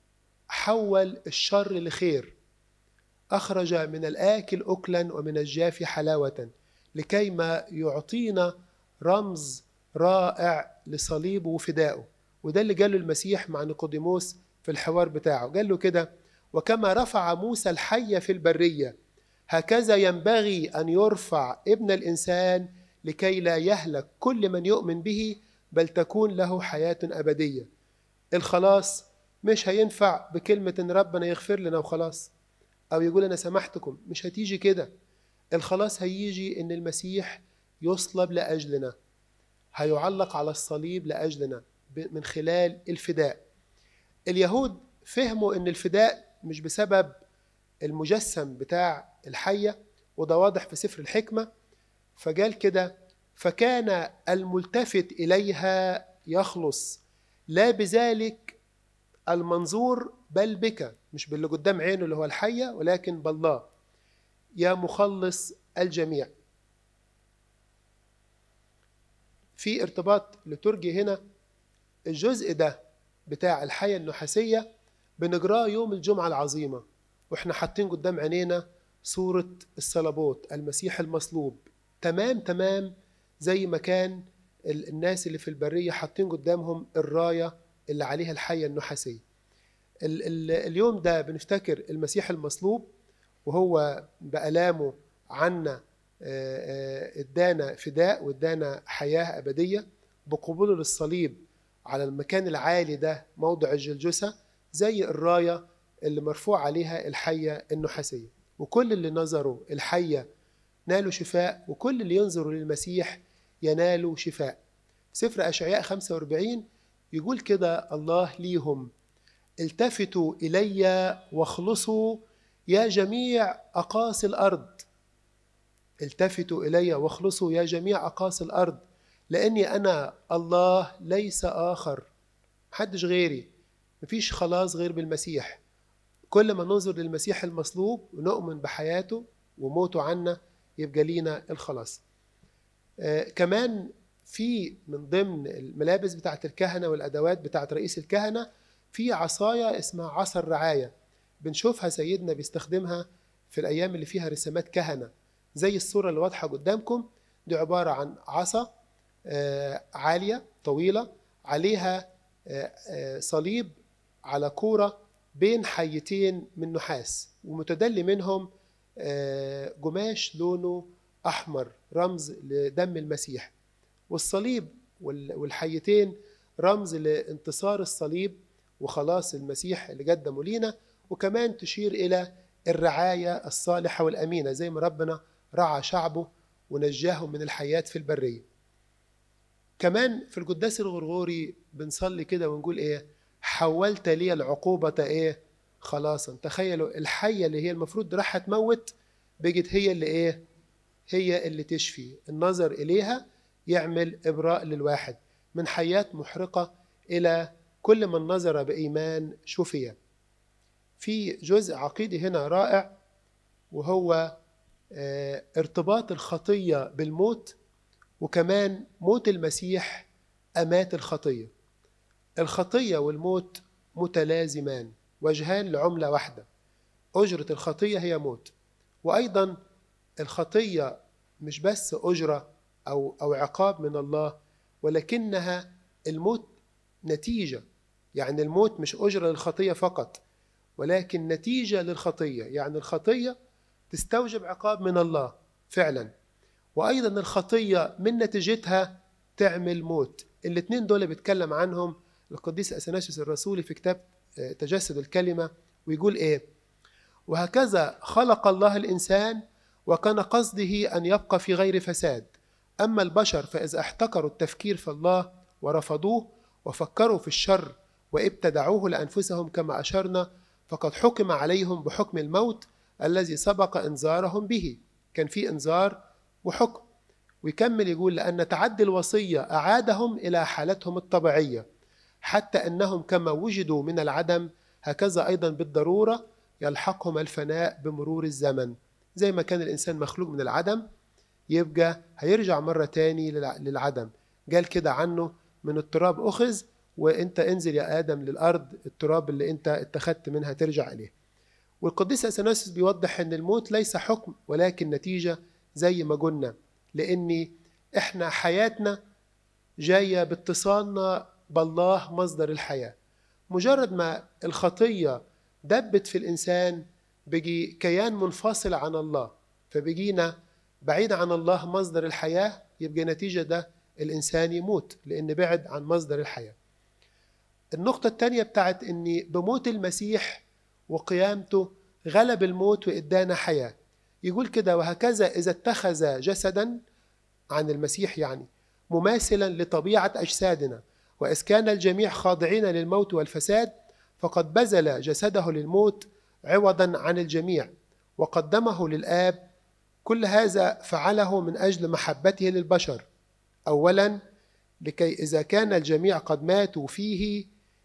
حول الشر لخير. أخرج من الآكل أكلا ومن الجافي حلاوة، لكيما يعطينا رمز رائع لصليبه وفدائه. وده اللي قاله المسيح مع نيقوديموس في الحوار بتاعه. قال له كده: وكما رفع موسى الحية في البرية، هكذا ينبغي أن يرفع ابن الإنسان، لكي لا يهلك كل من يؤمن به، بل تكون له حياة أبدية. الخلاص مش هينفع بكلمة إن ربنا يغفر لنا وخلاص، أو يقول أنا سامحتكم. مش هتيجي كده. الخلاص هيجي إن المسيح يصلب لأجلنا، هيعلق على الصليب لأجلنا من خلال الفداء. اليهود فهموا إن الفداء مش بسبب المجسم بتاع الحية، وده واضح في سفر الحكمة. فقال كده: فكان الملتفت إليها يخلص، لا بذلك المنظور بل بك. مش باللي قدام عينه اللي هو الحية، ولكن بالله يا مخلص الجميع. في ارتباط لترجي هنا. الجزء ده بتاع الحية النحاسية بنجراه يوم الجمعة العظيمة، واحنا حاطين قدام عينينا صورة الصلبوت، المسيح المصلوب، تمام تمام زي ما كان الناس اللي في البرية حاطين قدامهم الراية اللي عليها الحية النحاسية. ال ال اليوم ده بنفتكر المسيح المصلوب، وهو بألامه عنا ادانا فداء وادانا حياة أبدية. بقبوله للصليب على المكان العالي ده موضع الجلجسة، زي الراية اللي مرفوع عليها الحية النحاسية. وكل اللي نظروا الحية نالوا شفاء، وكل اللي ينظروا للمسيح ينالوا شفاء. سفر أشعياء خمسة وأربعين يقول كده الله ليهم: التفتوا إلي واخلصوا يا جميع أقاصي الأرض. التفتوا إلي واخلصوا يا جميع أقاصي الأرض، لأني أنا الله ليس آخر، محدش غيري، مفيش خلاص غير بالمسيح. كل ما ننظر للمسيح المصلوب ونؤمن بحياته وموته عنا يبقى لينا الخلاص. آه كمان في من ضمن الملابس بتاعت الكهنة والأدوات بتاعت رئيس الكهنة في عصاية اسمها عصا الرعاية. بنشوفها سيدنا بيستخدمها في الأيام اللي فيها رسامات كهنة، زي الصورة اللي واضحة قدامكم دي. عبارة عن عصا آه عالية طويلة، عليها آه آه صليب على كورة بين حيتين من نحاس، ومتدلي منهم قماش لونه أحمر رمز لدم المسيح. والصليب والحيتين رمز لانتصار الصليب وخلاص المسيح اللي قدمه لينا، وكمان تشير إلى الرعاية الصالحة والأمينة، زي ما ربنا رعى شعبه ونجاهم من الحياة في البرية. كمان في القداس الغرغوري بنصلي كده ونقول إيه: حولت لي العقوبة إيه خلاصا. تخيلوا الحية اللي هي المفروض راح تموت بقت هي اللي إيه هي اللي تشفي. النظر إليها يعمل إبراء للواحد من حياة محرقة إلى كل من نظر بإيمان شفية. في جزء عقيدي هنا رائع، وهو ارتباط الخطية بالموت، وكمان موت المسيح أمات الخطية. الخطية والموت متلازمان، وجهان لعملة واحدة. أجرة الخطية هي موت، وأيضا الخطية مش بس أجرة أو, أو عقاب من الله، ولكنها الموت نتيجة، يعني الموت مش أجرة للخطية فقط، ولكن نتيجة للخطية، يعني الخطية تستوجب عقاب من الله فعلا، وأيضا الخطية من نتيجتها تعمل موت. الاثنين دول بيتكلم عنهم القديس أثناسيوس الرسولي في كتاب تجسد الكلمة، ويقول إيه: وهكذا خلق الله الإنسان وكان قصده أن يبقى في غير فساد، أما البشر فإذا احتكروا التفكير في الله ورفضوه وفكروا في الشر وابتدعوه لأنفسهم كما أشرنا، فقد حكم عليهم بحكم الموت الذي سبق إنذارهم به. كان في إنذار وحكم. ويكمل يقول: لأن تعدي الوصية أعادهم إلى حالتهم الطبيعية، حتى أنهم كما وجدوا من العدم هكذا أيضا بالضرورة يلحقهم الفناء بمرور الزمن. زي ما كان الإنسان مخلوق من العدم، يبقى هيرجع مرة تاني للعدم. قال كده عنه: من التراب أخذ، وإنت انزل يا آدم للأرض، التراب اللي إنت اتخذت منها ترجع إليه. والقديس أثناسيوس بيوضح أن الموت ليس حكم ولكن نتيجة، زي ما قلنا، لأن إحنا حياتنا جاية باتصالنا بالله مصدر الحياة. مجرد ما الخطية دبت في الإنسان بيجي كيان منفصل عن الله، فبيجينا بعيد عن الله مصدر الحياة، يبقى نتيجة ده الإنسان يموت لأن بعد عن مصدر الحياة. النقطة الثانية بتاعت أن بموت المسيح وقيامته غلب الموت وإدانا حياة. يقول كده: وهكذا إذا اتخذ جسدا، عن المسيح يعني، مماثلا لطبيعة أجسادنا، وإذ كان الجميع خاضعين للموت والفساد، فقد بذل جسده للموت عوضا عن الجميع وقدمه للآب. كل هذا فعله من أجل محبته للبشر، أولا لكي إذا كان الجميع قد ماتوا فيه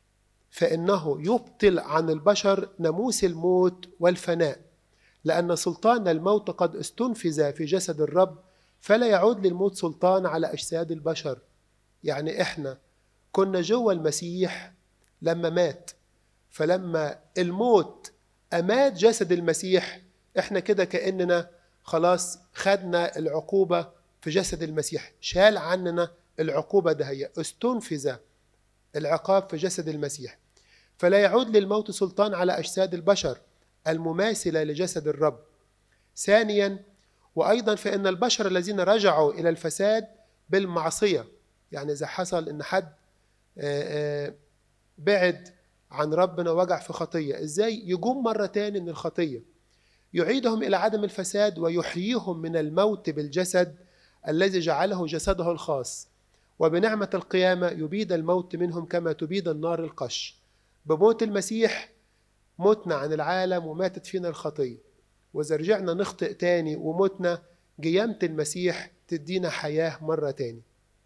فإنه يبطل عن البشر ناموس الموت والفناء، لأن سلطان الموت قد استنفذ في جسد الرب، فلا يعود للموت سلطان على أجساد البشر. يعني إحنا كنا جوا المسيح لما مات، فلما الموت أمات جسد المسيح، إحنا كده كأننا خلاص خدنا العقوبة في جسد المسيح، شال عننا العقوبة ده، هي استنفذ العقاب في جسد المسيح، فلا يعود للموت سلطان على أجساد البشر المماثلة لجسد الرب. ثانيا، وأيضا فإن البشر الذين رجعوا إلى الفساد بالمعصية، يعني إذا حصل إن حد بعد عن ربنا وقع في خطية، إزاي يقوم مرة تاني من الخطية؟ يعيدهم إلى عدم الفساد ويحييهم من الموت بالجسد الذي جعله جسده الخاص، وبنعمة القيامة يبيد الموت منهم كما تبيد النار القش. بموت المسيح متنا عن العالم وماتت فينا الخطية، وإذا رجعنا نخطئ تاني ومتنا، قيامة المسيح تدينا حياة مرة تاني.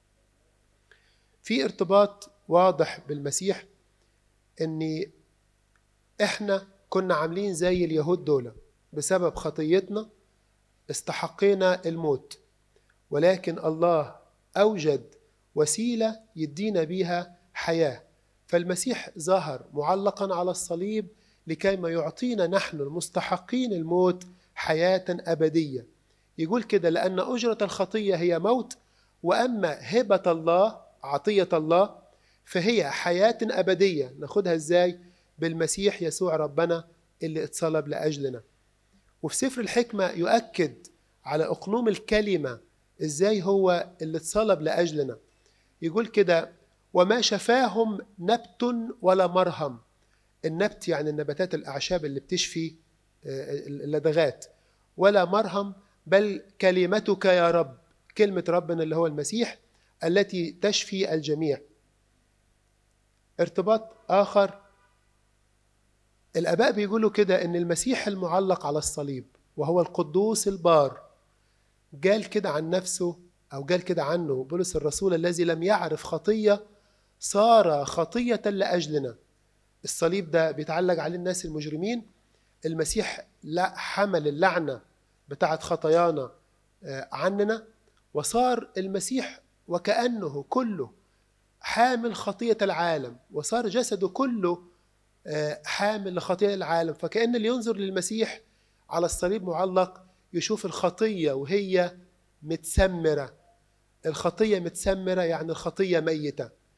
في ارتباط واضح بالمسيح، إن إحنا كنا عاملين زي اليهود دول، بسبب خطيتنا استحقينا الموت، ولكن الله أوجد وسيلة يدينا بيها حياة. فالمسيح ظهر معلقا على الصليب لكي ما يعطينا نحن المستحقين الموت حياة أبدية. يقول كده: لأن أجرة الخطية هي موت، وأما هبة الله، عطية الله، فهي حياة أبدية. ناخدها إزاي؟ بالمسيح يسوع ربنا اللي اتصلب لأجلنا. وفي سفر الحكمة يؤكد على أقنوم الكلمة إزاي هو اللي اتصلب لأجلنا. يقول كده: وما شفاهم نبت ولا مرهم. النبت يعني النباتات، الأعشاب اللي بتشفي اللدغات، ولا مرهم، بل كلمتك يا رب، كلمة ربنا اللي هو المسيح التي تشفي الجميع. ارتباط آخر، الآباء بيقولوا كده إن المسيح المعلق على الصليب وهو القدوس البار، قال كده عن نفسه، أو قال كده عنه بولس الرسول: الذي لم يعرف خطية صار خطية لأجلنا. الصليب ده بيتعلق عليه الناس المجرمين، المسيح لا حمل اللعنة بتاعت خطايانا عننا، وصار المسيح وكأنه كله حامل خطية العالم، وصار جسده كله حامل لخطية العالم. فكأن اللي ينظر للمسيح على الصليب معلق يشوف الخطية وهي متسمرة. الخطية متسمرة يعني الخطية ميتة.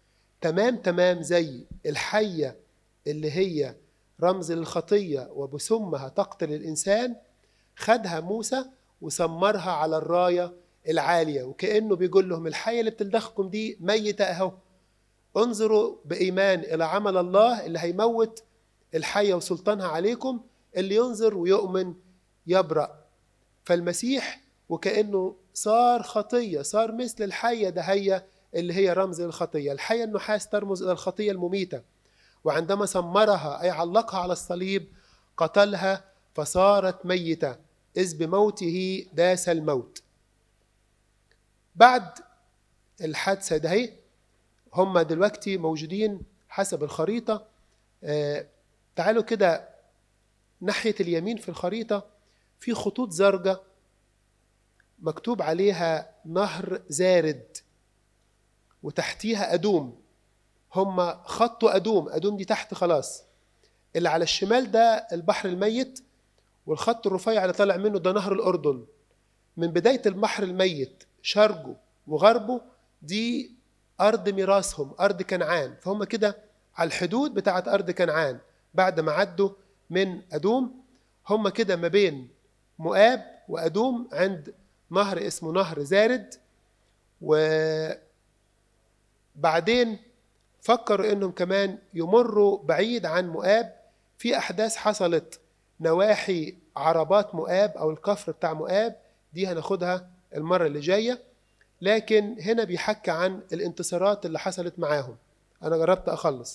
تمام تمام زي الحية اللي هي رمز للخطية وبسمها تقتل الإنسان، خدها موسى وسمرها على الراية العالية، وكأنه بيقول لهم الحية اللي بتلدخكم دي ميتة أهو، انظروا بإيمان إلى عمل الله اللي هيموت الحية وسلطانها عليكم، اللي ينظر ويؤمن يبرأ. فالمسيح وكأنه صار خطية، صار مثل الحية دهية اللي هي رمز للخطية. الحية النحاس ترمز إلى الخطية المميتة، وعندما سمرها أي علقها على الصليب قتلها فصارت ميتة، إذ بموته داس الموت. بعد الحادثة دهي هم دلوقتي موجودين حسب الخريطة. آه تعالوا كده ناحية اليمين في الخريطة في خطوط زرقاء مكتوب عليها نهر زارد وتحتيها أدوم. هم خطوا أدوم، أدوم دي تحت خلاص. اللي على الشمال ده البحر الميت، والخط الرفيع اللي طالع منه ده نهر الأردن. من بداية البحر الميت شرقه وغربه دي أرض ميراثهم، أرض كنعان. فهم كده على الحدود بتاعت أرض كنعان. بعد ما عدوا من أدوم هم كده ما بين مؤاب وأدوم عند نهر اسمه نهر زارد. وبعدين فكروا إنهم كمان يمروا بعيد عن مؤاب. في أحداث حصلت نواحي عربات مؤاب أو الكفر بتاع مؤاب، دي هناخدها المرة اللي جاية. لكن هنا بيحكي عن الانتصارات اللي حصلت معاهم. أنا جربت أخلص.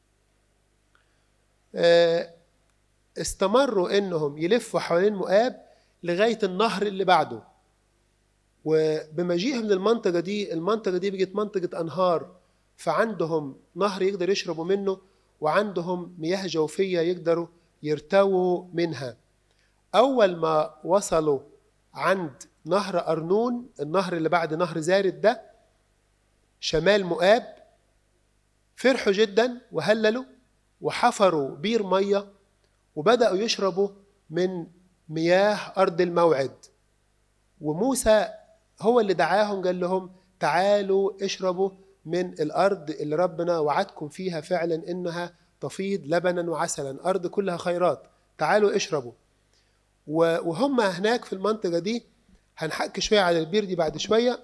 استمروا إنهم يلفوا حوالين مؤاب لغاية النهر اللي بعده. وبمجيئهم للمنطقة دي، المنطقة دي بقت منطقة أنهار، فعندهم نهر يقدر يشربوا منه، وعندهم مياه جوفية يقدروا يرتووا منها. أول ما وصلوا عند نهر أرنون، النهر اللي بعد نهر زارد ده شمال مؤاب، فرحوا جدا وهللوا وحفروا بير مية وبدأوا يشربوا من مياه أرض الموعد. وموسى هو اللي دعاهم، قال لهم تعالوا اشربوا من الأرض اللي ربنا وعدكم فيها فعلا إنها تفيض لبنا وعسلا، أرض كلها خيرات، تعالوا اشربوا. وهم هناك في المنطقة دي هنحكي شوية على البير دي بعد شوية.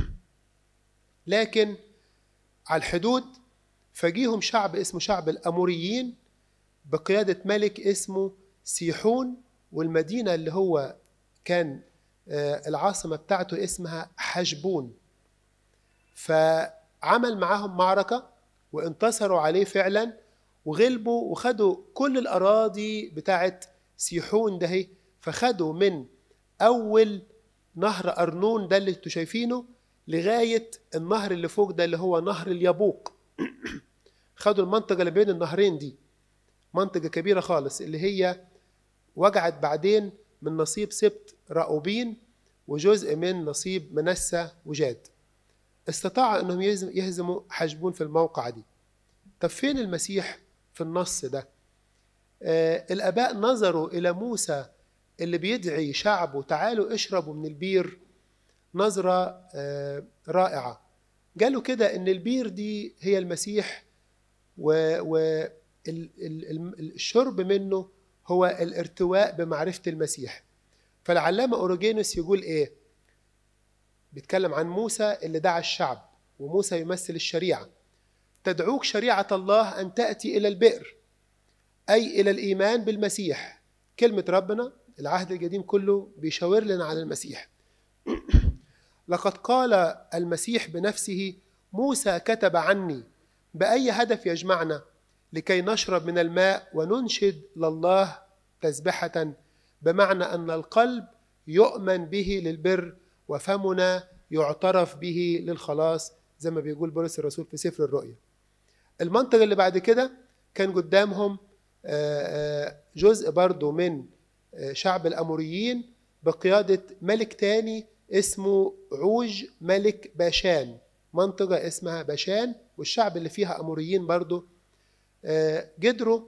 لكن على الحدود فجيهم شعب اسمه شعب الأموريين بقيادة ملك اسمه سيحون، والمدينة اللي هو كان العاصمة بتاعته اسمها حشبون. فعمل معهم معركة وانتصروا عليه فعلا وغلبوا وخدوا كل الأراضي بتاعت سيحون ده. فخدوا من أول نهر أرنون ده اللي انتوا شايفينه لغاية النهر اللي فوق ده اللي هو نهر اليابوق. خدوا المنطقة اللي بين النهرين دي، منطقة كبيرة خالص اللي هي وقعت بعدين من نصيب سبط راؤوبين وجزء من نصيب منسى وجاد. استطاعوا أنهم يهزموا حشبون في الموقع دي. طب فين المسيح في النص ده؟ آه الآباء نظروا إلى موسى اللي بيدعي شعبه تعالوا اشربوا من البير نظرة آه رائعة. قالوا كده إن البير دي هي المسيح، والشرب منه هو الارتواء بمعرفة المسيح. فالعلامة أوروجينوس يقول إيه؟ بيتكلم عن موسى اللي دعا الشعب، وموسى يمثل الشريعة. تدعوك شريعة الله أن تأتي إلى البئر، أي إلى الإيمان بالمسيح. كلمة ربنا العهد القديم كله بيشاور لنا على المسيح. لقد قال المسيح بنفسه موسى كتب عني. بأي هدف يجمعنا؟ لكي نشرب من الماء وننشد لله تسبحة، بمعنى أن القلب يؤمن به للبر وفمنا يعترف به للخلاص، زي ما بيقول بولس الرسول في سفر الرؤيا. المنطقة اللي بعد كده كان قدامهم جزء برضو من شعب الأموريين بقيادة ملك تاني اسمه عوج ملك باشان، منطقة اسمها باشان، والشعب اللي فيها أموريين برضو قدروا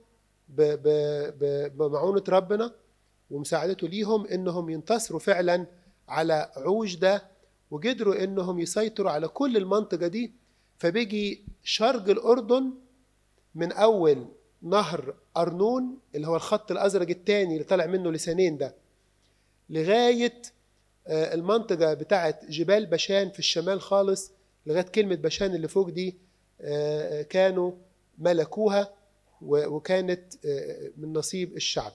بمعونة ربنا ومساعدته ليهم إنهم ينتصروا فعلا على عوج ده، وقدروا إنهم يسيطروا على كل المنطقة دي. فبيجي شرق الأردن من أول نهر أرنون اللي هو الخط الأزرق الثاني اللي طالع منه لسانين ده، لغاية المنطقة بتاعت جبال بشان في الشمال خالص، لغاية كلمة بشان اللي فوق دي كانوا ملكوها وكانت من نصيب الشعب.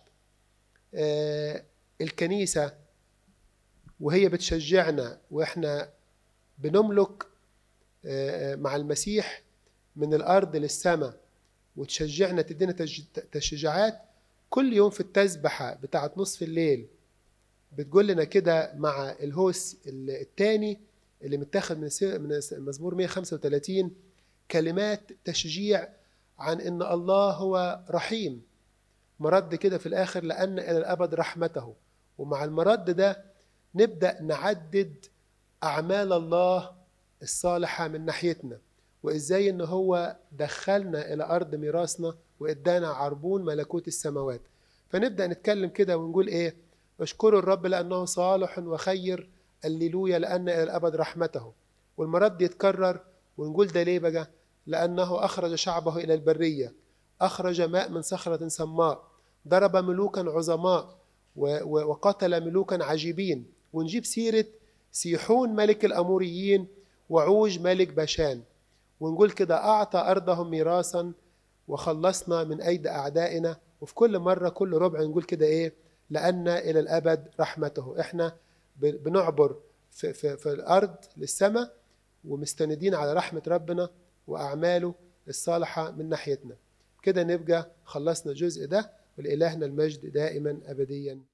الكنيسة وهي بتشجعنا وإحنا بنملك مع المسيح من الأرض للسماء، وتشجعنا تدينا تشجيعات كل يوم في التسبحة بتاعت نصف الليل، بتقول لنا كده مع الهوس الثاني اللي متاخد من المزمور مئة وخمسة وثلاثين كلمات تشجيع عن إن الله هو رحيم، مرد كده في الآخر لأن إلى الأبد رحمته. ومع المرد ده نبدأ نعدد أعمال الله الصالحة من ناحيتنا، وإزاي إن هو دخلنا إلى أرض ميراثنا وإدانا عربون ملكوت السماوات. فنبدأ نتكلم كده ونقول إيه؟ اشكروا الرب لأنه صالح وخير، الليلويا لأن إلى الأبد رحمته. والمرد يتكرر ونقول ده ليه بقى؟ لأنه أخرج شعبه إلى البرية، أخرج ماء من صخرة سماء، ضرب ملوكا عظماء وقتل ملوكا عجيبين. ونجيب سيرة سيحون ملك الأموريين وعوج ملك بشان، ونقول كده أعطى أرضهم ميراثا وخلصنا من أيدي أعدائنا. وفي كل مرة كل ربع نقول كده إيه؟ لأن إلى الأبد رحمته. إحنا بنعبر في, في, في الأرض للسماء ومستندين على رحمة ربنا وأعماله الصالحة من ناحيتنا. كده نبقى خلصنا الجزء ده، ولإلهنا المجد دائما أبديا.